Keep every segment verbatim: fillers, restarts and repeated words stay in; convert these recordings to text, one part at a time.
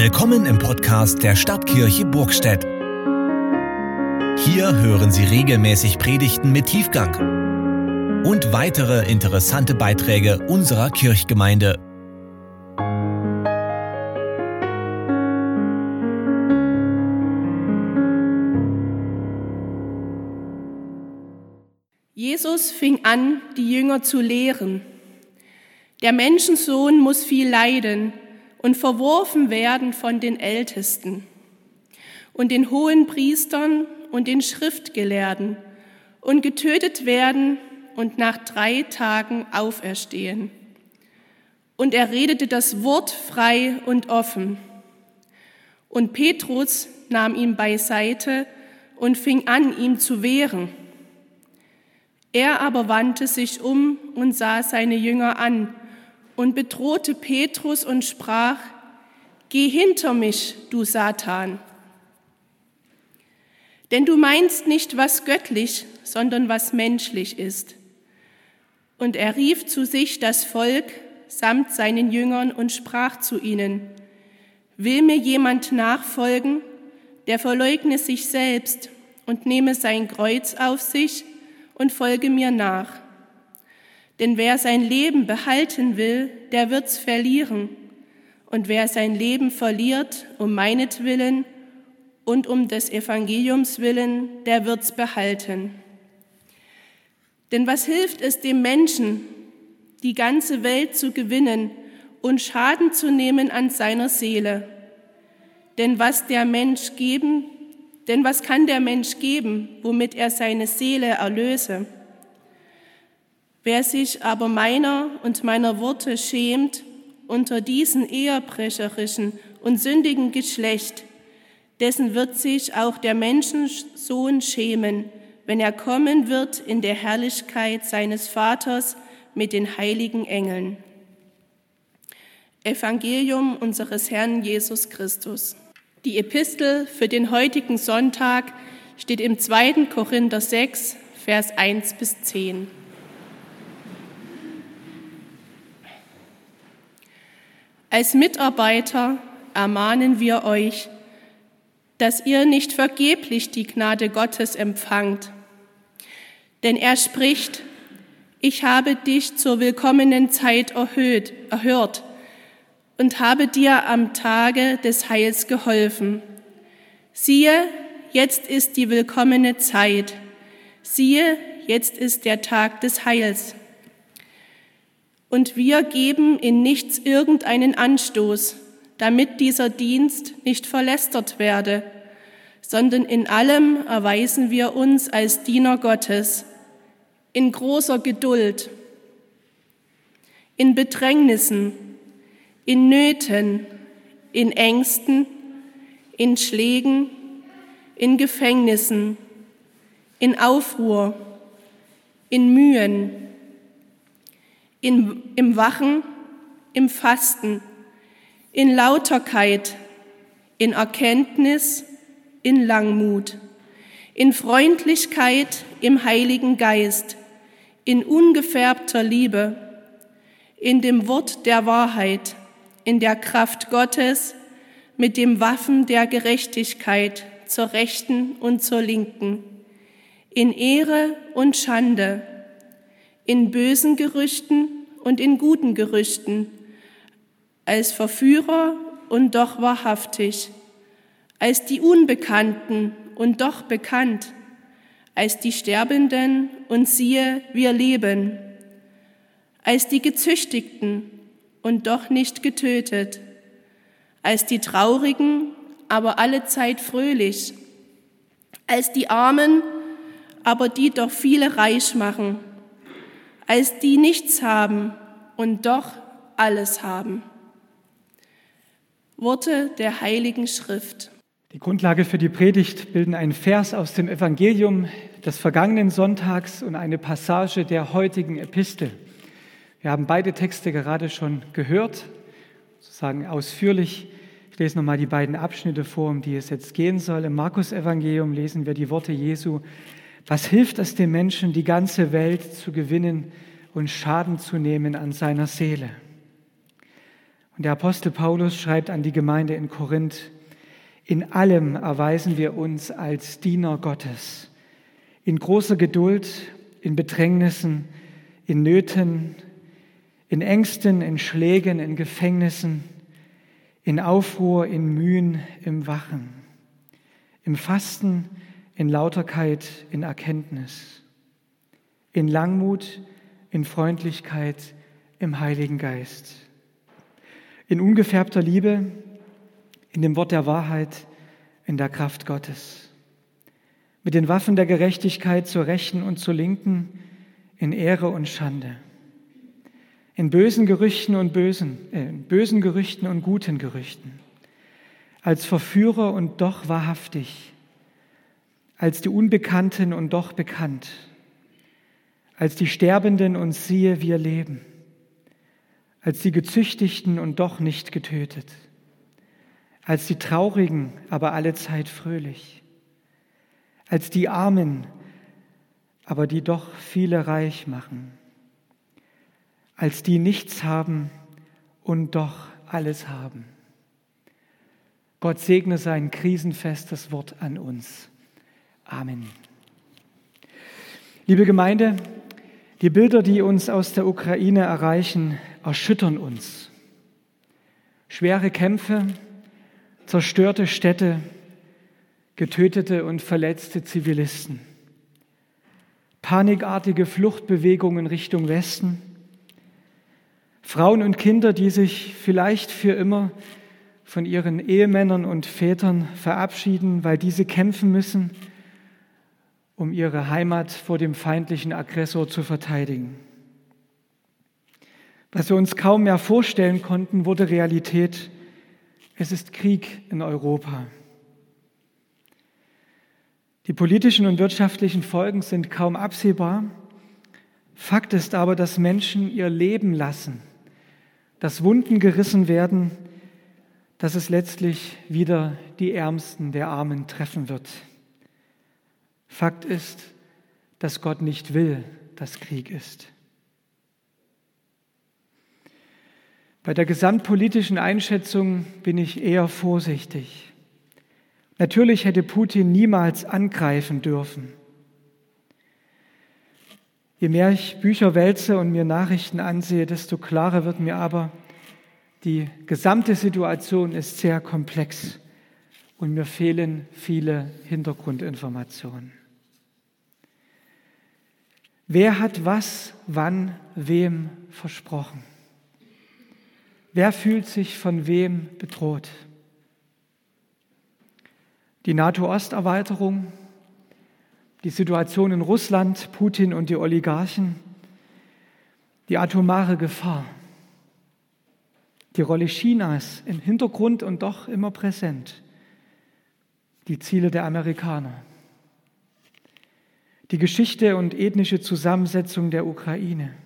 Willkommen im Podcast der Stadtkirche Burgstedt. Hier hören Sie regelmäßig Predigten mit Tiefgang und weitere interessante Beiträge unserer Kirchgemeinde. Jesus fing an, die Jünger zu lehren. Der Menschensohn muss viel leiden und verworfen werden von den Ältesten und den Hohenpriestern und den Schriftgelehrten und getötet werden und nach drei Tagen auferstehen. Und er redete das Wort frei und offen. Und Petrus nahm ihn beiseite und fing an, ihm zu wehren. Er aber wandte sich um und sah seine Jünger an und bedrohte Petrus und sprach: Geh hinter mich, du Satan. Denn du meinst nicht, was göttlich, sondern was menschlich ist. Und er rief zu sich das Volk samt seinen Jüngern und sprach zu ihnen: Will mir jemand nachfolgen, der verleugne sich selbst und nehme sein Kreuz auf sich und folge mir nach. Denn wer sein Leben behalten will, der wird's verlieren. Und wer sein Leben verliert, um meinetwillen und um des Evangeliums willen, der wird's behalten. Denn was hilft es dem Menschen, die ganze Welt zu gewinnen und Schaden zu nehmen an seiner Seele? Denn was der Mensch geben, denn was kann der Mensch geben, womit er seine Seele erlöse? Wer sich aber meiner und meiner Worte schämt unter diesem ehebrecherischen und sündigen Geschlecht, dessen wird sich auch der Menschensohn schämen, wenn er kommen wird in der Herrlichkeit seines Vaters mit den heiligen Engeln. Evangelium unseres Herrn Jesus Christus. Die Epistel für den heutigen Sonntag steht im zweiten Korinther sechs, Vers eins bis zehn. Als Mitarbeiter ermahnen wir euch, dass ihr nicht vergeblich die Gnade Gottes empfangt. Denn er spricht: Ich habe dich zur willkommenen Zeit erhöht, erhört und habe dir am Tage des Heils geholfen. Siehe, jetzt ist die willkommene Zeit. Siehe, jetzt ist der Tag des Heils. Und wir geben in nichts irgendeinen Anstoß, damit dieser Dienst nicht verlästert werde, sondern in allem erweisen wir uns als Diener Gottes, in großer Geduld, in Bedrängnissen, in Nöten, in Ängsten, in Schlägen, in Gefängnissen, in Aufruhr, in Mühen, in, im Wachen, im Fasten, in Lauterkeit, in Erkenntnis, in Langmut, in Freundlichkeit, im Heiligen Geist, in ungefärbter Liebe, in dem Wort der Wahrheit, in der Kraft Gottes, mit dem Waffen der Gerechtigkeit zur Rechten und zur Linken, in Ehre und Schande, in bösen Gerüchten und in guten Gerüchten, als Verführer und doch wahrhaftig, als die Unbekannten und doch bekannt, als die Sterbenden und siehe, wir leben, als die Gezüchtigten und doch nicht getötet, als die Traurigen, aber allezeit fröhlich, als die Armen, aber die doch viele reich machen, als die nichts haben und doch alles haben. Worte der Heiligen Schrift. Die Grundlage für die Predigt bilden ein Vers aus dem Evangelium des vergangenen Sonntags und eine Passage der heutigen Epistel. Wir haben beide Texte gerade schon gehört, sozusagen ausführlich. Ich lese nochmal die beiden Abschnitte vor, um die es jetzt gehen soll. Im Markus-Evangelium lesen wir die Worte Jesu: Was hilft es dem Menschen, die ganze Welt zu gewinnen und Schaden zu nehmen an seiner Seele? Und der Apostel Paulus schreibt an die Gemeinde in Korinth: In allem erweisen wir uns als Diener Gottes, in großer Geduld, in Bedrängnissen, in Nöten, in Ängsten, in Schlägen, in Gefängnissen, in Aufruhr, in Mühen, im Wachen, im Fasten, in Lauterkeit, in Erkenntnis, in Langmut, in Freundlichkeit, im Heiligen Geist, in ungefärbter Liebe, in dem Wort der Wahrheit, in der Kraft Gottes, mit den Waffen der Gerechtigkeit zur Rechten und zur Linken, in Ehre und Schande, in bösen Gerüchten und bösen, äh, in bösen Gerüchten und guten Gerüchten, als Verführer und doch wahrhaftig, als die Unbekannten und doch bekannt, als die Sterbenden und siehe, wir leben, als die Gezüchtigten und doch nicht getötet, als die Traurigen, aber allezeit fröhlich, als die Armen, aber die doch viele reich machen, als die nichts haben und doch alles haben. Gott segne sein krisenfestes Wort an uns. Amen. Liebe Gemeinde, die Bilder, die uns aus der Ukraine erreichen, erschüttern uns. Schwere Kämpfe, zerstörte Städte, getötete und verletzte Zivilisten, panikartige Fluchtbewegungen Richtung Westen, Frauen und Kinder, die sich vielleicht für immer von ihren Ehemännern und Vätern verabschieden, weil diese kämpfen müssen, um ihre Heimat vor dem feindlichen Aggressor zu verteidigen. Was wir uns kaum mehr vorstellen konnten, wurde Realität. Es ist Krieg in Europa. Die politischen und wirtschaftlichen Folgen sind kaum absehbar. Fakt ist aber, dass Menschen ihr Leben lassen, dass Wunden gerissen werden, dass es letztlich wieder die Ärmsten der Armen treffen wird. Fakt ist, dass Gott nicht will, dass Krieg ist. Bei der gesamtpolitischen Einschätzung bin ich eher vorsichtig. Natürlich hätte Putin niemals angreifen dürfen. Je mehr ich Bücher wälze und mir Nachrichten ansehe, desto klarer wird mir aber, die gesamte Situation ist sehr komplex und mir fehlen viele Hintergrundinformationen. Wer hat was, wann, wem versprochen? Wer fühlt sich von wem bedroht? Die NATO-Osterweiterung, die Situation in Russland, Putin und die Oligarchen, die atomare Gefahr, die Rolle Chinas im Hintergrund und doch immer präsent, die Ziele der Amerikaner, die Geschichte und ethnische Zusammensetzung der Ukraine,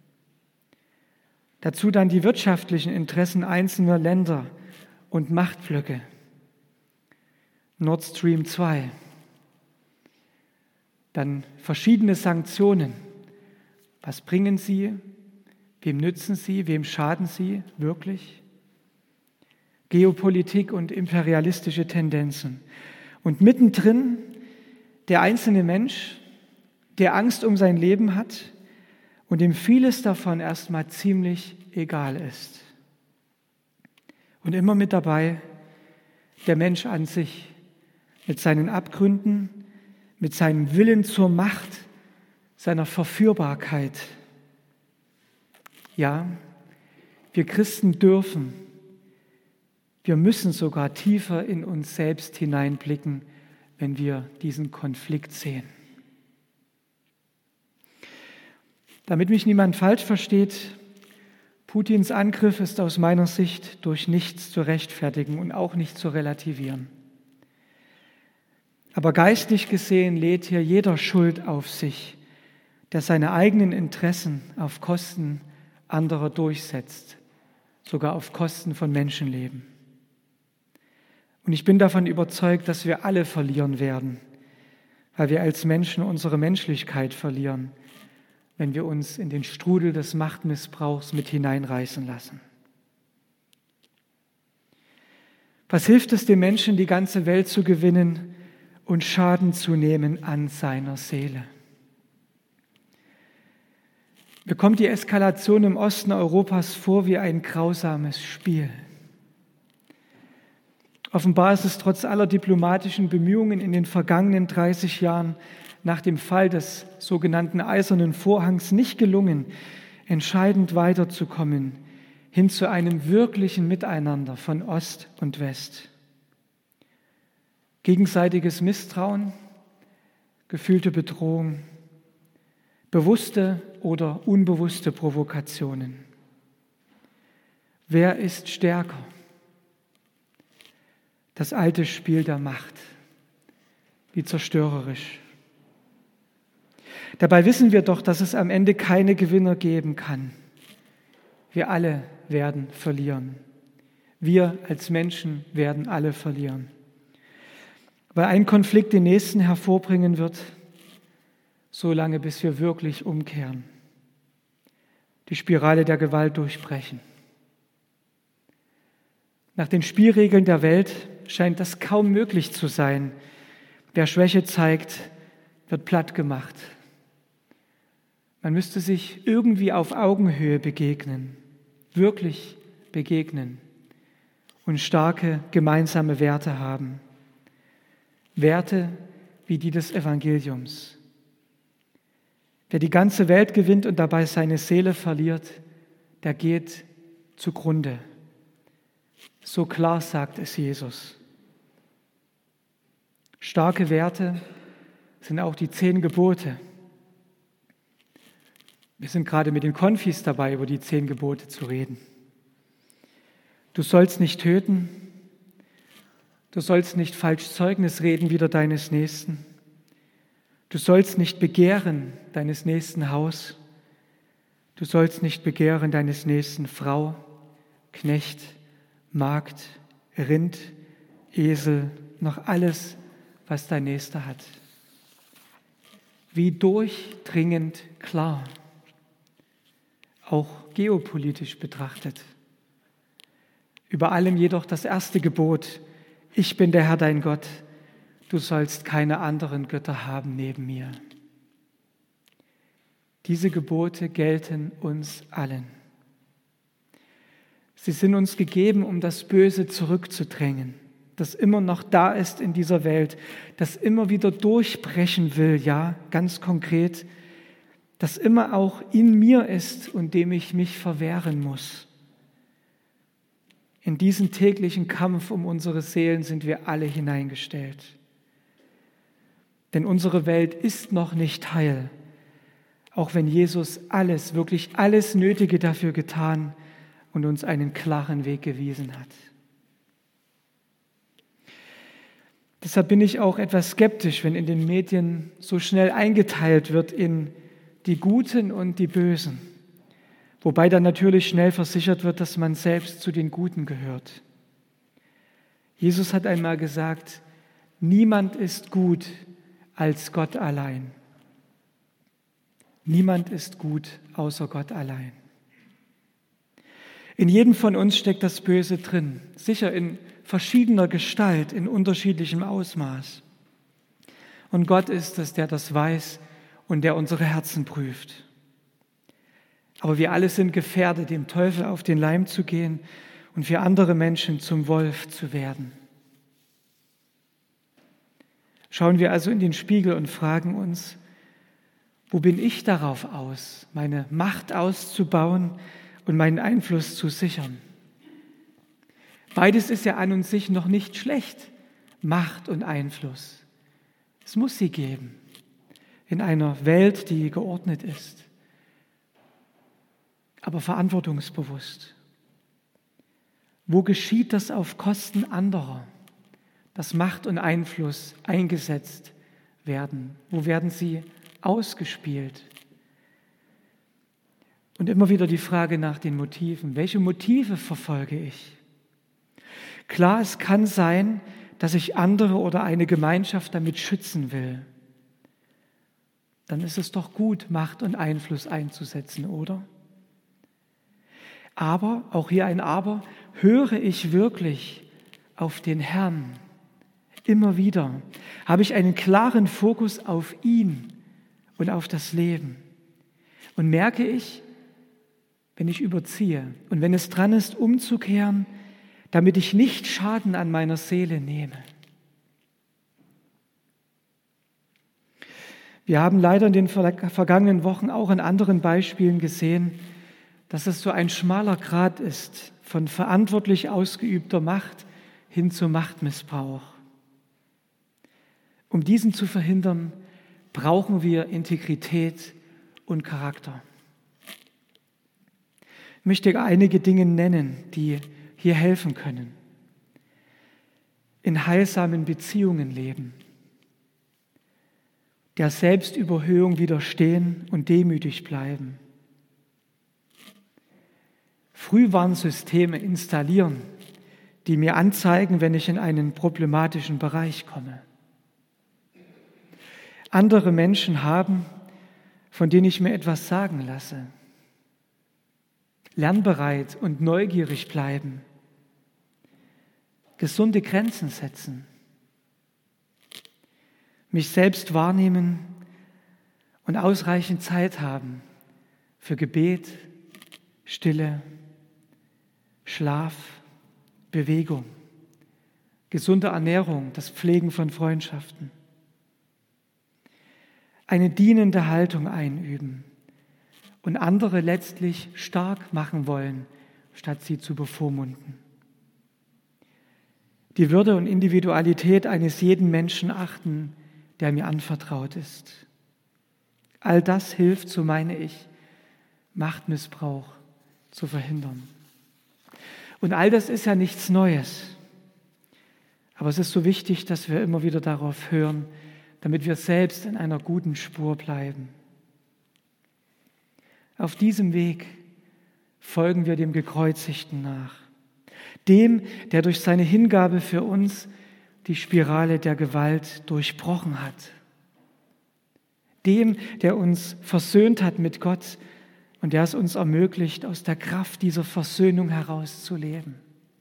dazu dann die wirtschaftlichen Interessen einzelner Länder und Machtblöcke, Nord Stream zwei, dann verschiedene Sanktionen. Was bringen sie? Wem nützen sie? Wem schaden sie wirklich? Geopolitik und imperialistische Tendenzen. Und mittendrin der einzelne Mensch, der Angst um sein Leben hat und dem vieles davon erstmal ziemlich egal ist. Und immer mit dabei der Mensch an sich, mit seinen Abgründen, mit seinem Willen zur Macht, seiner Verführbarkeit. Ja, wir Christen dürfen, wir müssen sogar tiefer in uns selbst hineinblicken, wenn wir diesen Konflikt sehen. Damit mich niemand falsch versteht, Putins Angriff ist aus meiner Sicht durch nichts zu rechtfertigen und auch nicht zu relativieren. Aber geistlich gesehen lädt hier jeder Schuld auf sich, der seine eigenen Interessen auf Kosten anderer durchsetzt, sogar auf Kosten von Menschenleben. Und ich bin davon überzeugt, dass wir alle verlieren werden, weil wir als Menschen unsere Menschlichkeit verlieren, wenn wir uns in den Strudel des Machtmissbrauchs mit hineinreißen lassen. Was hilft es dem Menschen, die ganze Welt zu gewinnen und Schaden zu nehmen an seiner Seele? Mir kommt die Eskalation im Osten Europas vor wie ein grausames Spiel. Offenbar ist es trotz aller diplomatischen Bemühungen in den vergangenen dreißig Jahren nach dem Fall des sogenannten Eisernen Vorhangs nicht gelungen, entscheidend weiterzukommen hin zu einem wirklichen Miteinander von Ost und West. Gegenseitiges Misstrauen, gefühlte Bedrohung, bewusste oder unbewusste Provokationen. Wer ist stärker? Das alte Spiel der Macht, wie zerstörerisch. Dabei wissen wir doch, dass es am Ende keine Gewinner geben kann. Wir alle werden verlieren. Wir als Menschen werden alle verlieren. Weil ein Konflikt den nächsten hervorbringen wird, solange bis wir wirklich umkehren, die Spirale der Gewalt durchbrechen. Nach den Spielregeln der Welt scheint das kaum möglich zu sein. Wer Schwäche zeigt, wird platt gemacht. Man müsste sich irgendwie auf Augenhöhe begegnen, wirklich begegnen und starke gemeinsame Werte haben. Werte wie die des Evangeliums. Wer die ganze Welt gewinnt und dabei seine Seele verliert, der geht zugrunde. So klar sagt es Jesus. Starke Werte sind auch die zehn Gebote. Wir sind gerade mit den Konfis dabei, über die zehn Gebote zu reden. Du sollst nicht töten, du sollst nicht falsch Zeugnis reden wider deines Nächsten, du sollst nicht begehren deines nächsten Haus, du sollst nicht begehren deines nächsten Frau, Knecht, Magd, Rind, Esel, noch alles, was dein Nächster hat. Wie durchdringend klar, auch geopolitisch betrachtet. Über allem jedoch das erste Gebot: Ich bin der Herr dein Gott, du sollst keine anderen Götter haben neben mir. Diese Gebote gelten uns allen. Sie sind uns gegeben, um das Böse zurückzudrängen, das immer noch da ist in dieser Welt, das immer wieder durchbrechen will, ja, ganz konkret, das immer auch in mir ist und dem ich mich verwehren muss. In diesen täglichen Kampf um unsere Seelen sind wir alle hineingestellt. Denn unsere Welt ist noch nicht heil, auch wenn Jesus alles, wirklich alles Nötige dafür getan und uns einen klaren Weg gewiesen hat. Deshalb bin ich auch etwas skeptisch, wenn in den Medien so schnell eingeteilt wird in die Guten und die Bösen. Wobei dann natürlich schnell versichert wird, dass man selbst zu den Guten gehört. Jesus hat einmal gesagt, niemand ist gut als Gott allein. Niemand ist gut außer Gott allein. In jedem von uns steckt das Böse drin, sicher in verschiedener Gestalt, in unterschiedlichem Ausmaß. Und Gott ist es, der das weiß und der unsere Herzen prüft. Aber wir alle sind gefährdet, dem Teufel auf den Leim zu gehen und für andere Menschen zum Wolf zu werden. Schauen wir also in den Spiegel und fragen uns, wo bin ich darauf aus, meine Macht auszubauen und meinen Einfluss zu sichern? Beides ist ja an und sich noch nicht schlecht, Macht und Einfluss. Es muss sie geben in einer Welt, die geordnet ist, aber verantwortungsbewusst. Wo geschieht das auf Kosten anderer, dass Macht und Einfluss eingesetzt werden? Wo werden sie ausgespielt? Und immer wieder die Frage nach den Motiven. Welche Motive verfolge ich? Klar, es kann sein, dass ich andere oder eine Gemeinschaft damit schützen will. Dann ist es doch gut, Macht und Einfluss einzusetzen, oder? Aber, auch hier ein Aber, höre ich wirklich auf den Herrn. Immer wieder habe ich einen klaren Fokus auf ihn und auf das Leben. Und merke ich, wenn ich überziehe und wenn es dran ist, umzukehren, damit ich nicht Schaden an meiner Seele nehme. Wir haben leider in den vergangenen Wochen auch in anderen Beispielen gesehen, dass es so ein schmaler Grat ist von verantwortlich ausgeübter Macht hin zum Machtmissbrauch. Um diesen zu verhindern, brauchen wir Integrität und Charakter. Ich möchte einige Dinge nennen, die hier helfen können. In heilsamen Beziehungen leben, der Selbstüberhöhung widerstehen und demütig bleiben. Frühwarnsysteme installieren, die mir anzeigen, wenn ich in einen problematischen Bereich komme. Andere Menschen haben, von denen ich mir etwas sagen lasse. Lernbereit und neugierig bleiben. Gesunde Grenzen setzen. Mich selbst wahrnehmen und ausreichend Zeit haben für Gebet, Stille, Schlaf, Bewegung, gesunde Ernährung, das Pflegen von Freundschaften. Eine dienende Haltung einüben und andere letztlich stark machen wollen, statt sie zu bevormunden. Die Würde und Individualität eines jeden Menschen achten, der mir anvertraut ist. All das hilft, so meine ich, Machtmissbrauch zu verhindern. Und all das ist ja nichts Neues. Aber es ist so wichtig, dass wir immer wieder darauf hören, damit wir selbst in einer guten Spur bleiben. Auf diesem Weg folgen wir dem Gekreuzigten nach, dem, der durch seine Hingabe für uns die Spirale der Gewalt durchbrochen hat, dem, der uns versöhnt hat mit Gott und der es uns ermöglicht, aus der Kraft dieser Versöhnung herauszuleben.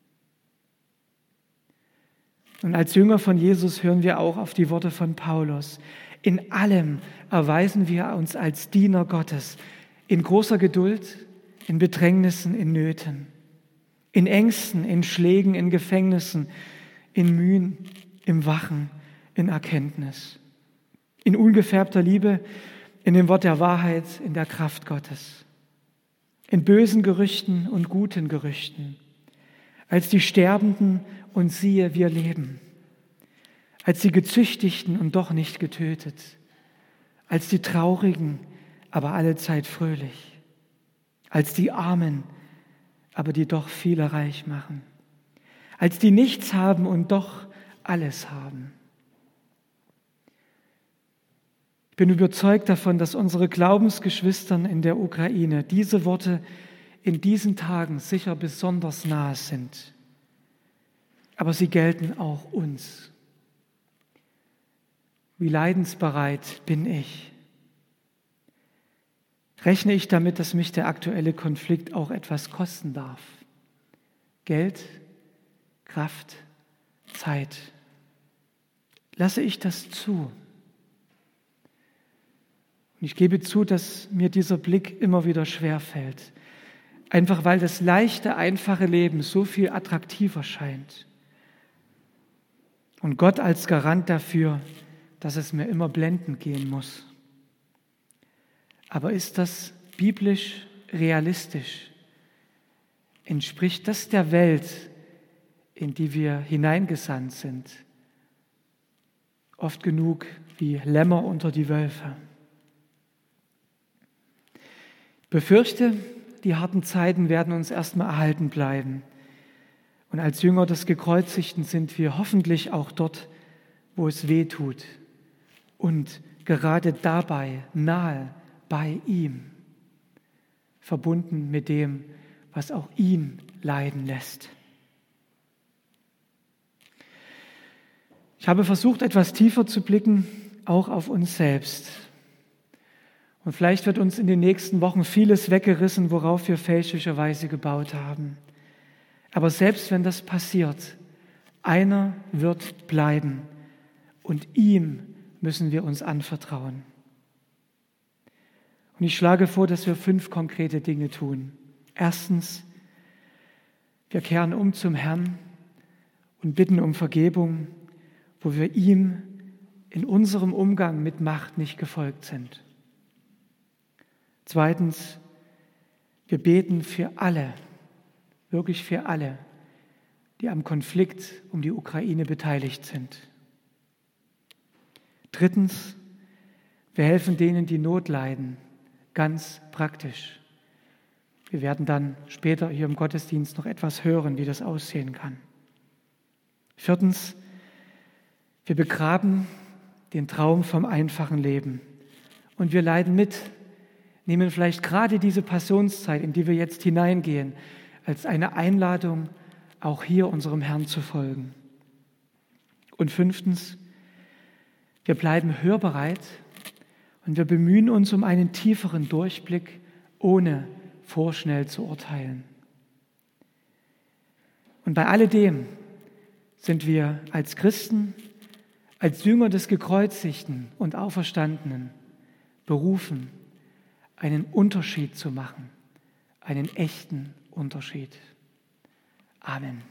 Und als Jünger von Jesus hören wir auch auf die Worte von Paulus. In allem erweisen wir uns als Diener Gottes, in großer Geduld, in Bedrängnissen, in Nöten, in Ängsten, in Schlägen, in Gefängnissen, in Mühen, im Wachen, in Erkenntnis, in ungefärbter Liebe, in dem Wort der Wahrheit, in der Kraft Gottes, in bösen Gerüchten und guten Gerüchten, als die Sterbenden und siehe, wir leben, als die Gezüchtigten und doch nicht getötet, als die Traurigen, aber allezeit fröhlich, als die Armen, aber die doch viele reich machen, als die nichts haben und doch alles haben. Ich bin überzeugt davon, dass unsere Glaubensgeschwistern in der Ukraine diese Worte in diesen Tagen sicher besonders nahe sind. Aber sie gelten auch uns. Wie leidensbereit bin ich? Rechne ich damit, dass mich der aktuelle Konflikt auch etwas kosten darf? Geld, Kraft, Zeit. Lasse ich das zu? Und ich gebe zu, dass mir dieser Blick immer wieder schwerfällt. Einfach weil das leichte, einfache Leben so viel attraktiver scheint. Und Gott als Garant dafür, dass es mir immer blendend gehen muss. Aber ist das biblisch realistisch? Entspricht das der Welt, in die wir hineingesandt sind? Oft genug wie Lämmer unter die Wölfe. Ich befürchte, die harten Zeiten werden uns erstmal erhalten bleiben. Und als Jünger des Gekreuzigten sind wir hoffentlich auch dort, wo es weh tut. Und gerade dabei nahe bei ihm, verbunden mit dem, was auch ihn leiden lässt. Ich habe versucht, etwas tiefer zu blicken, auch auf uns selbst. Und vielleicht wird uns in den nächsten Wochen vieles weggerissen, worauf wir fälschlicherweise gebaut haben. Aber selbst wenn das passiert, Einer wird bleiben und ihm müssen wir uns anvertrauen. Und ich schlage vor, dass wir fünf konkrete Dinge tun. Erstens, wir kehren um zum Herrn und bitten um Vergebung, wo wir ihm in unserem Umgang mit Macht nicht gefolgt sind. Zweitens, wir beten für alle, wirklich für alle, die am Konflikt um die Ukraine beteiligt sind. Drittens, wir helfen denen, die Not leiden, ganz praktisch. Wir werden dann später hier im Gottesdienst noch etwas hören, wie das aussehen kann. Viertens, wir begraben den Traum vom einfachen Leben und wir leiden mit, nehmen vielleicht gerade diese Passionszeit, in die wir jetzt hineingehen, als eine Einladung, auch hier unserem Herrn zu folgen. Und fünftens, wir bleiben hörbereit und wir bemühen uns um einen tieferen Durchblick, ohne vorschnell zu urteilen. Und bei alledem sind wir als Christen, als Jünger des Gekreuzigten und Auferstandenen berufen, einen Unterschied zu machen, einen echten Unterschied. Amen.